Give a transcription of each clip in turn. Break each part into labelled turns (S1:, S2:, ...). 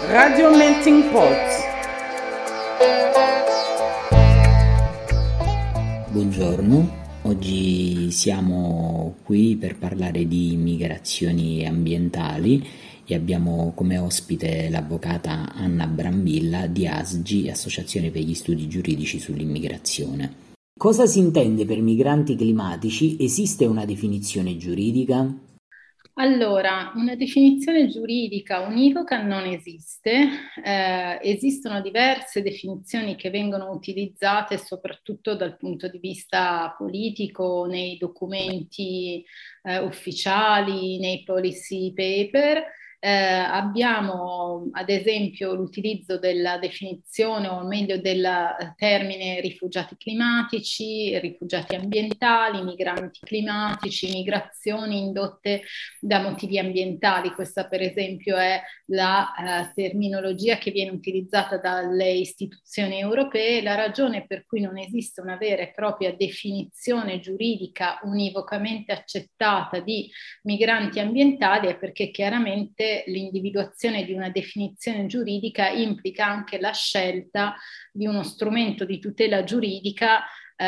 S1: Radio Melting Pot.
S2: Buongiorno, oggi siamo qui per parlare di migrazioni ambientali e abbiamo come ospite l'avvocata Anna Brambilla di ASGI, Associazione per gli Studi Giuridici sull'Immigrazione. Cosa si intende per migranti climatici? Esiste una definizione giuridica?
S3: Allora, una definizione giuridica univoca non esiste, esistono diverse definizioni che vengono utilizzate soprattutto dal punto di vista politico nei documenti ufficiali, nei policy paper. Abbiamo ad esempio l'utilizzo della definizione o meglio del termine rifugiati climatici, rifugiati ambientali, migranti climatici, migrazioni indotte da motivi ambientali. Questa per esempio è la terminologia che viene utilizzata dalle istituzioni europee. La ragione per cui non esiste una vera e propria definizione giuridica univocamente accettata di migranti ambientali è perché chiaramente l'individuazione di una definizione giuridica implica anche la scelta di uno strumento di tutela giuridica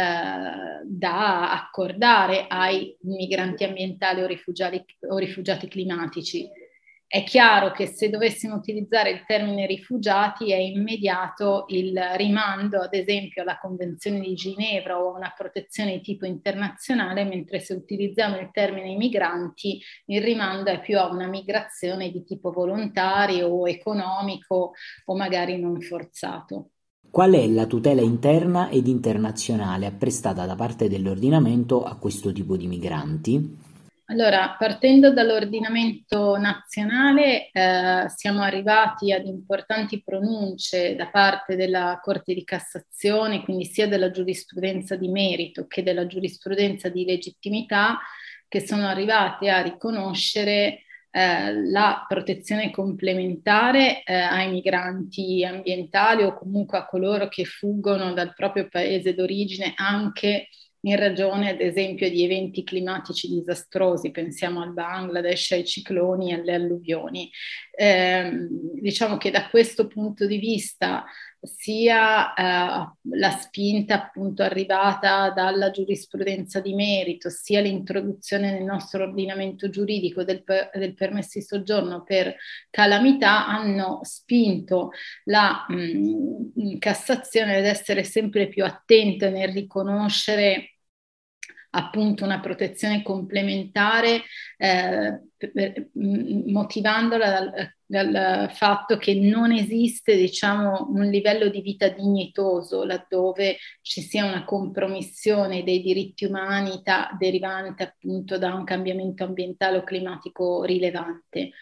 S3: da accordare ai migranti ambientali o rifugiati climatici. È chiaro che se dovessimo utilizzare il termine rifugiati è immediato il rimando, ad esempio, alla Convenzione di Ginevra o a una protezione di tipo internazionale, mentre se utilizziamo il termine migranti il rimando è più a una migrazione di tipo volontario o economico o magari non forzato.
S2: Qual è la tutela interna ed internazionale apprestata da parte dell'ordinamento a questo tipo di migranti?
S3: Allora, partendo dall'ordinamento nazionale, siamo arrivati ad importanti pronunce da parte della Corte di Cassazione, quindi sia della giurisprudenza di merito che della giurisprudenza di legittimità, che sono arrivate a riconoscere la protezione complementare ai migranti ambientali o comunque a coloro che fuggono dal proprio paese d'origine anche in ragione ad esempio di eventi climatici disastrosi, pensiamo al Bangladesh, ai cicloni e alle alluvioni. Diciamo che da questo punto di vista sia la spinta appunto arrivata dalla giurisprudenza di merito, sia l'introduzione nel nostro ordinamento giuridico del permesso di soggiorno per calamità hanno spinto la Cassazione ad essere sempre più attenta nel riconoscere appunto una protezione complementare motivandola dal fatto che non esiste, diciamo, un livello di vita dignitoso laddove ci sia una compromissione dei diritti umani derivante appunto da un cambiamento ambientale o climatico rilevante.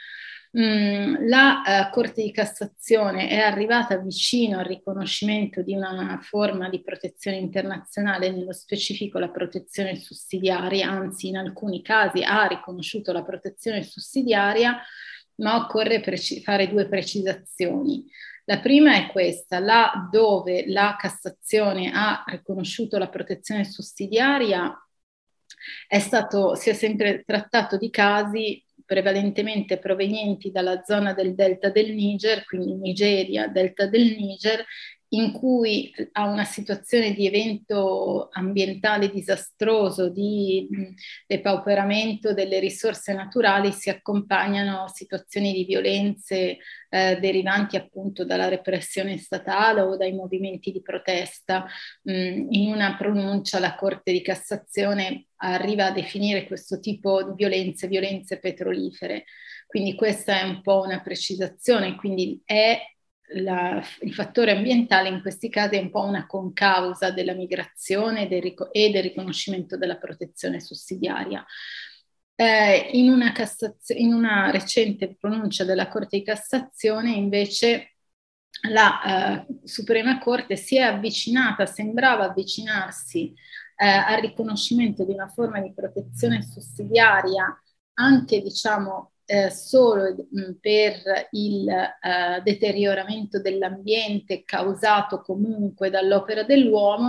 S3: La Corte di Cassazione è arrivata vicino al riconoscimento di una forma di protezione internazionale, nello specifico la protezione sussidiaria, anzi in alcuni casi ha riconosciuto la protezione sussidiaria, ma occorre fare due precisazioni. La prima è questa: là dove la Cassazione ha riconosciuto la protezione sussidiaria si è sempre trattato di casi prevalentemente provenienti dalla zona del delta del Niger, quindi Nigeria, delta del Niger, in cui a una situazione di evento ambientale disastroso, di depauperamento delle risorse naturali, si accompagnano situazioni di violenze derivanti appunto dalla repressione statale o dai movimenti di protesta. In una pronuncia la Corte di Cassazione arriva a definire questo tipo di violenze petrolifere. Quindi questa è un po' una precisazione, quindi il fattore ambientale in questi casi è un po' una concausa della migrazione e del riconoscimento della protezione sussidiaria. In una recente pronuncia della Corte di Cassazione invece la Suprema Corte si è avvicinata, sembrava avvicinarsi al riconoscimento di una forma di protezione sussidiaria anche diciamo solo per il deterioramento dell'ambiente causato comunque dall'opera dell'uomo,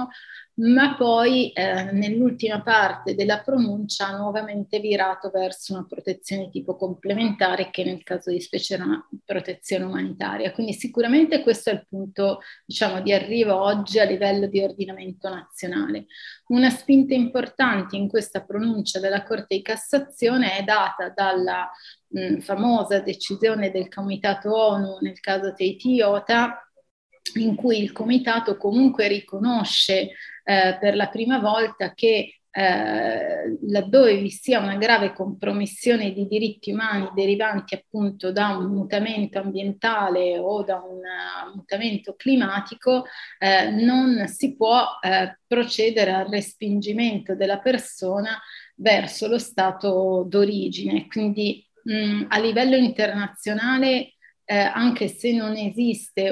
S3: ma poi nell'ultima parte della pronuncia ha nuovamente virato verso una protezione tipo complementare, che nel caso di specie era una protezione umanitaria. Quindi sicuramente questo è il punto, diciamo, di arrivo oggi a livello di ordinamento nazionale. Una spinta importante in questa pronuncia della Corte di Cassazione è data dalla famosa decisione del Comitato ONU nel caso Teiti-Iota, in cui il Comitato comunque riconosce per la prima volta che laddove vi sia una grave compromissione di diritti umani derivanti appunto da un mutamento ambientale o da un mutamento climatico, non si può procedere al respingimento della persona verso lo stato d'origine. Quindi a livello internazionale, anche se non esiste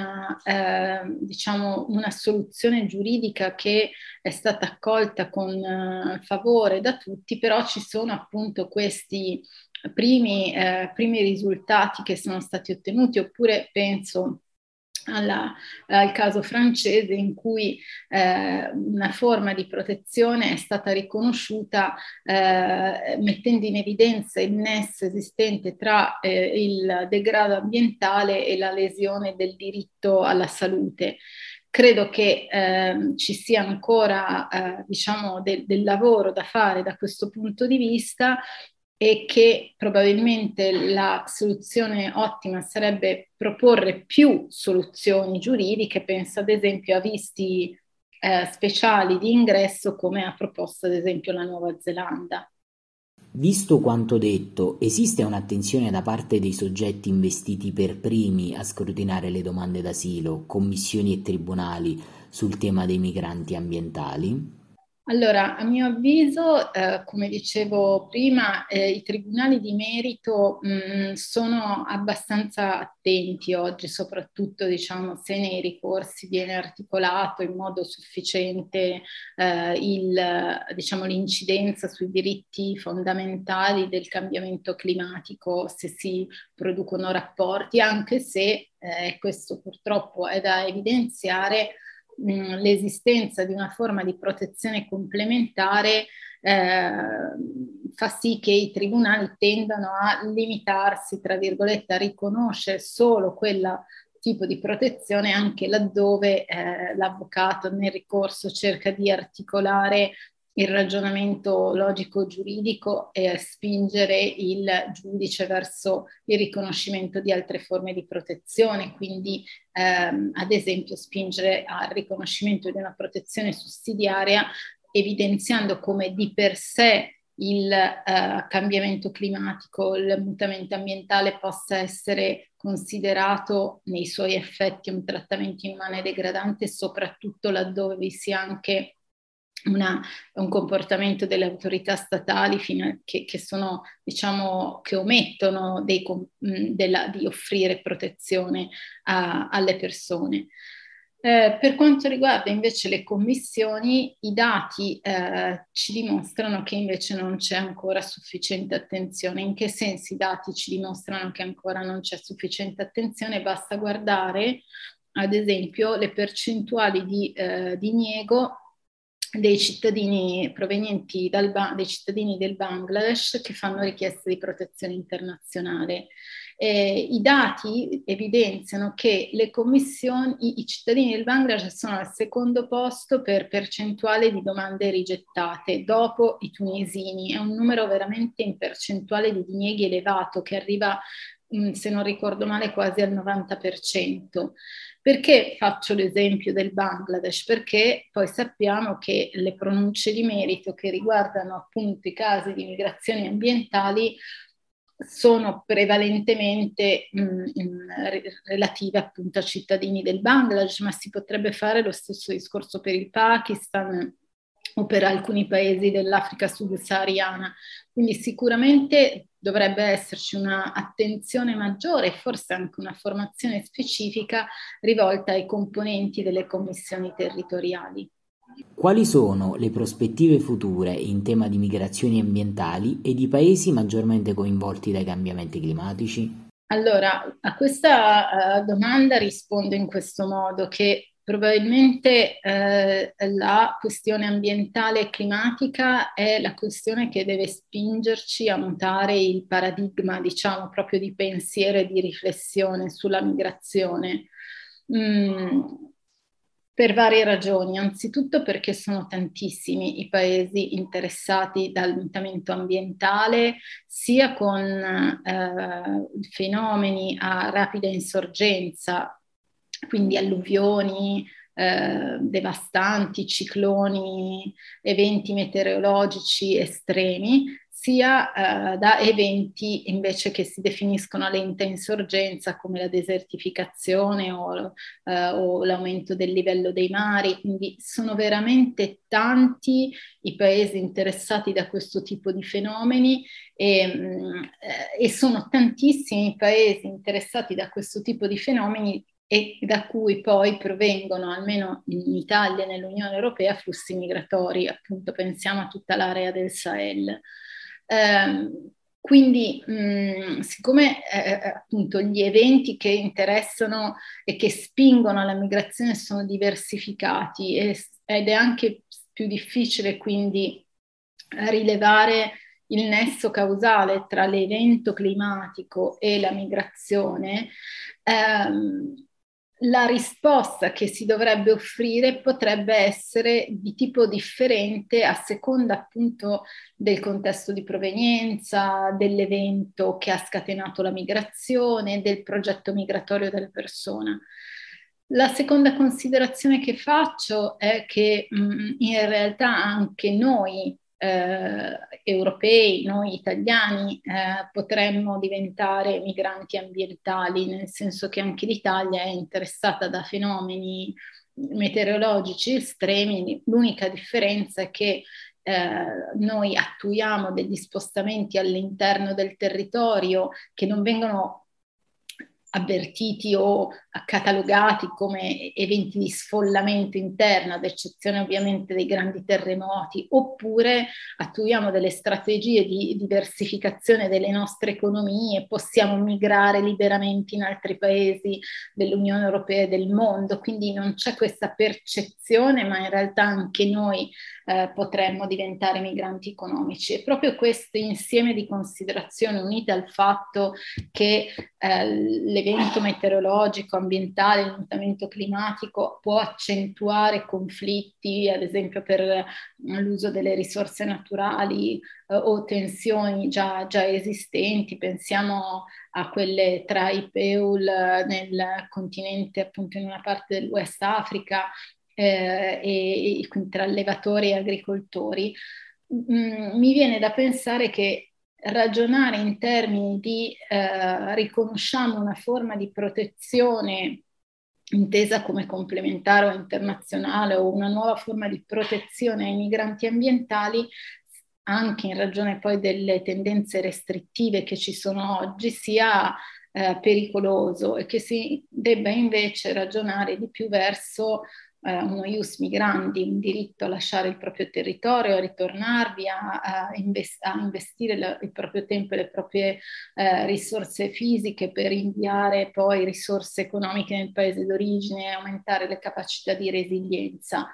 S3: diciamo una soluzione giuridica che è stata accolta con favore da tutti, però ci sono appunto questi primi risultati che sono stati ottenuti, oppure penso al caso francese in cui una forma di protezione è stata riconosciuta mettendo in evidenza il nesso esistente tra il degrado ambientale e la lesione del diritto alla salute. Credo che ci sia ancora diciamo del lavoro da fare da questo punto di vista, e che probabilmente la soluzione ottima sarebbe proporre più soluzioni giuridiche, penso ad esempio a visti speciali di ingresso come ha proposto ad esempio la Nuova Zelanda.
S2: Visto quanto detto, esiste un'attenzione da parte dei soggetti investiti per primi a scrutinare le domande d'asilo, commissioni e tribunali sul tema dei migranti ambientali?
S3: Allora, a mio avviso, come dicevo prima, i tribunali di merito sono abbastanza attenti oggi, soprattutto diciamo, se nei ricorsi viene articolato in modo sufficiente diciamo, l'incidenza sui diritti fondamentali del cambiamento climatico, se si producono rapporti, anche se questo purtroppo è da evidenziare, l'esistenza di una forma di protezione complementare fa sì che i tribunali tendano a limitarsi, tra virgolette, a riconoscere solo quella tipo di protezione anche laddove l'avvocato nel ricorso cerca di articolare il ragionamento logico-giuridico e spingere il giudice verso il riconoscimento di altre forme di protezione, quindi ad esempio spingere al riconoscimento di una protezione sussidiaria, evidenziando come di per sé il cambiamento climatico, il mutamento ambientale possa essere considerato nei suoi effetti un trattamento immane degradante, soprattutto laddove vi sia anche un comportamento delle autorità statali che sono, diciamo, che omettono di offrire protezione alle persone. Per quanto riguarda invece le commissioni, i dati ci dimostrano che invece non c'è ancora sufficiente attenzione. In che senso i dati ci dimostrano che ancora non c'è sufficiente attenzione? Basta guardare, ad esempio, le percentuali di diniego dei cittadini provenienti dei cittadini del Bangladesh che fanno richieste di protezione internazionale. I dati evidenziano che i cittadini del Bangladesh sono al secondo posto per percentuale di domande rigettate, dopo i tunisini. È un numero veramente in percentuale di dinieghi elevato, che arriva, se non ricordo male, quasi al 90%. Perché faccio l'esempio del Bangladesh? Perché poi sappiamo che le pronunce di merito che riguardano appunto i casi di migrazioni ambientali sono prevalentemente relative appunto a cittadini del Bangladesh, ma si potrebbe fare lo stesso discorso per il Pakistan o per alcuni paesi dell'Africa subsahariana. Quindi sicuramente dovrebbe esserci una attenzione maggiore e forse anche una formazione specifica rivolta ai componenti delle commissioni territoriali.
S2: Quali sono le prospettive future in tema di migrazioni ambientali e di paesi maggiormente coinvolti dai cambiamenti climatici?
S3: Allora, a questa domanda rispondo in questo modo, che Probabilmente la questione ambientale e climatica è la questione che deve spingerci a mutare il paradigma, diciamo, proprio di pensiero e di riflessione sulla migrazione. Mm, per varie ragioni, anzitutto perché sono tantissimi i paesi interessati dal mutamento ambientale, sia con fenomeni a rapida insorgenza, quindi alluvioni devastanti, cicloni, eventi meteorologici estremi, sia da eventi invece che si definiscono a lenta insorgenza come la desertificazione o l'aumento del livello dei mari. Quindi sono veramente tanti i paesi interessati da questo tipo di fenomeni e sono tantissimi i paesi interessati da questo tipo di fenomeni e da cui poi provengono, almeno in Italia e nell'Unione Europea, flussi migratori. Appunto, pensiamo a tutta l'area del Sahel. Quindi, siccome appunto gli eventi che interessano e che spingono alla migrazione sono diversificati ed è anche più difficile quindi rilevare il nesso causale tra l'evento climatico e la migrazione, la risposta che si dovrebbe offrire potrebbe essere di tipo differente a seconda appunto del contesto di provenienza, dell'evento che ha scatenato la migrazione, del progetto migratorio della persona. La seconda considerazione che faccio è che in realtà anche noi europei, noi italiani, potremmo diventare migranti ambientali, nel senso che anche l'Italia è interessata da fenomeni meteorologici estremi. L'unica differenza è che noi attuiamo degli spostamenti all'interno del territorio che non vengono avvertiti o catalogati come eventi di sfollamento interno, ad eccezione ovviamente dei grandi terremoti, oppure attuiamo delle strategie di diversificazione delle nostre economie, possiamo migrare liberamente in altri paesi dell'Unione Europea e del mondo, quindi non c'è questa percezione, ma in realtà anche noi potremmo diventare migranti economici. E proprio questo insieme di considerazioni unite al fatto che l'evento meteorologico, ambientale, il mutamento climatico può accentuare conflitti, ad esempio per l'uso delle risorse naturali o tensioni già esistenti. Pensiamo a quelle tra i Peul nel continente, appunto in una parte del West Africa, e quindi tra allevatori e agricoltori. Mi viene da pensare che ragionare in termini di riconosciamo una forma di protezione intesa come complementare o internazionale o una nuova forma di protezione ai migranti ambientali, anche in ragione poi delle tendenze restrittive che ci sono oggi, sia pericoloso e che si debba invece ragionare di più verso uno ius migrandi, un diritto a lasciare il proprio territorio, a ritornarvi, a investire il proprio tempo e le proprie risorse fisiche per inviare poi risorse economiche nel paese d'origine e aumentare le capacità di resilienza.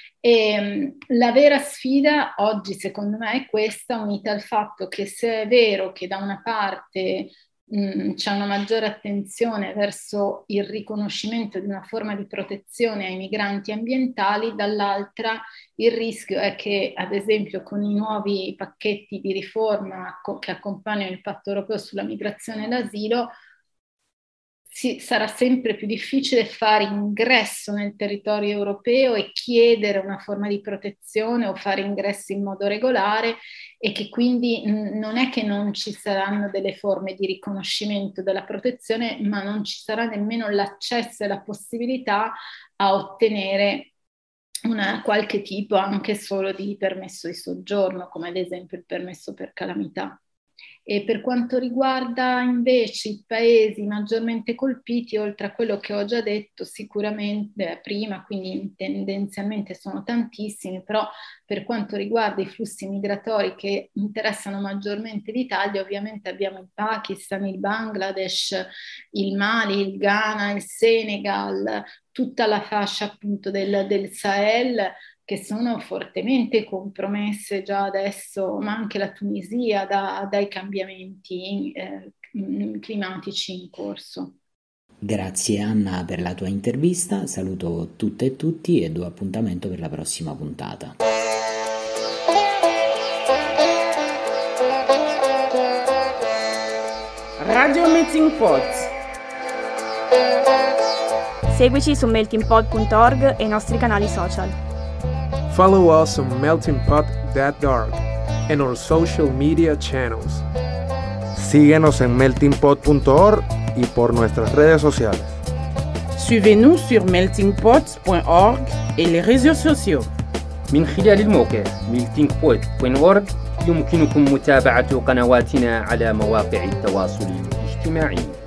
S3: E la vera sfida oggi, secondo me, è questa, unita al fatto che se è vero che da una parte c'è una maggiore attenzione verso il riconoscimento di una forma di protezione ai migranti ambientali, dall'altra il rischio è che, ad esempio, con i nuovi pacchetti di riforma che accompagnano il Patto europeo sulla migrazione e l'asilo, sarà sempre più difficile fare ingresso nel territorio europeo e chiedere una forma di protezione o fare ingresso in modo regolare, e che quindi non è che non ci saranno delle forme di riconoscimento della protezione, ma non ci sarà nemmeno l'accesso e la possibilità a ottenere qualche tipo anche solo di permesso di soggiorno, come ad esempio il permesso per calamità. E per quanto riguarda invece i paesi maggiormente colpiti, oltre a quello che ho già detto sicuramente prima, quindi tendenzialmente sono tantissimi, però per quanto riguarda i flussi migratori che interessano maggiormente l'Italia, ovviamente abbiamo il Pakistan, il Bangladesh, il Mali, il Ghana, il Senegal, tutta la fascia appunto del Sahel, che sono fortemente compromesse già adesso, ma anche la Tunisia dai cambiamenti climatici in corso.
S2: Grazie Anna per la tua intervista, saluto tutte e tutti e do appuntamento per la prossima puntata.
S1: Radio Melting Pot.
S4: Seguici su meltingpot.org e i nostri canali social.
S5: Follow us on meltingpot.org and our social media channels.
S6: Síguenos en meltingpot.org y por nuestras redes sociales.
S1: Suivez-nous sur meltingpot.org et les réseaux sociaux.
S7: من خلال الموقع meltingpot.org يمكنكم متابعة قنواتنا على مواقع التواصل الاجتماعي.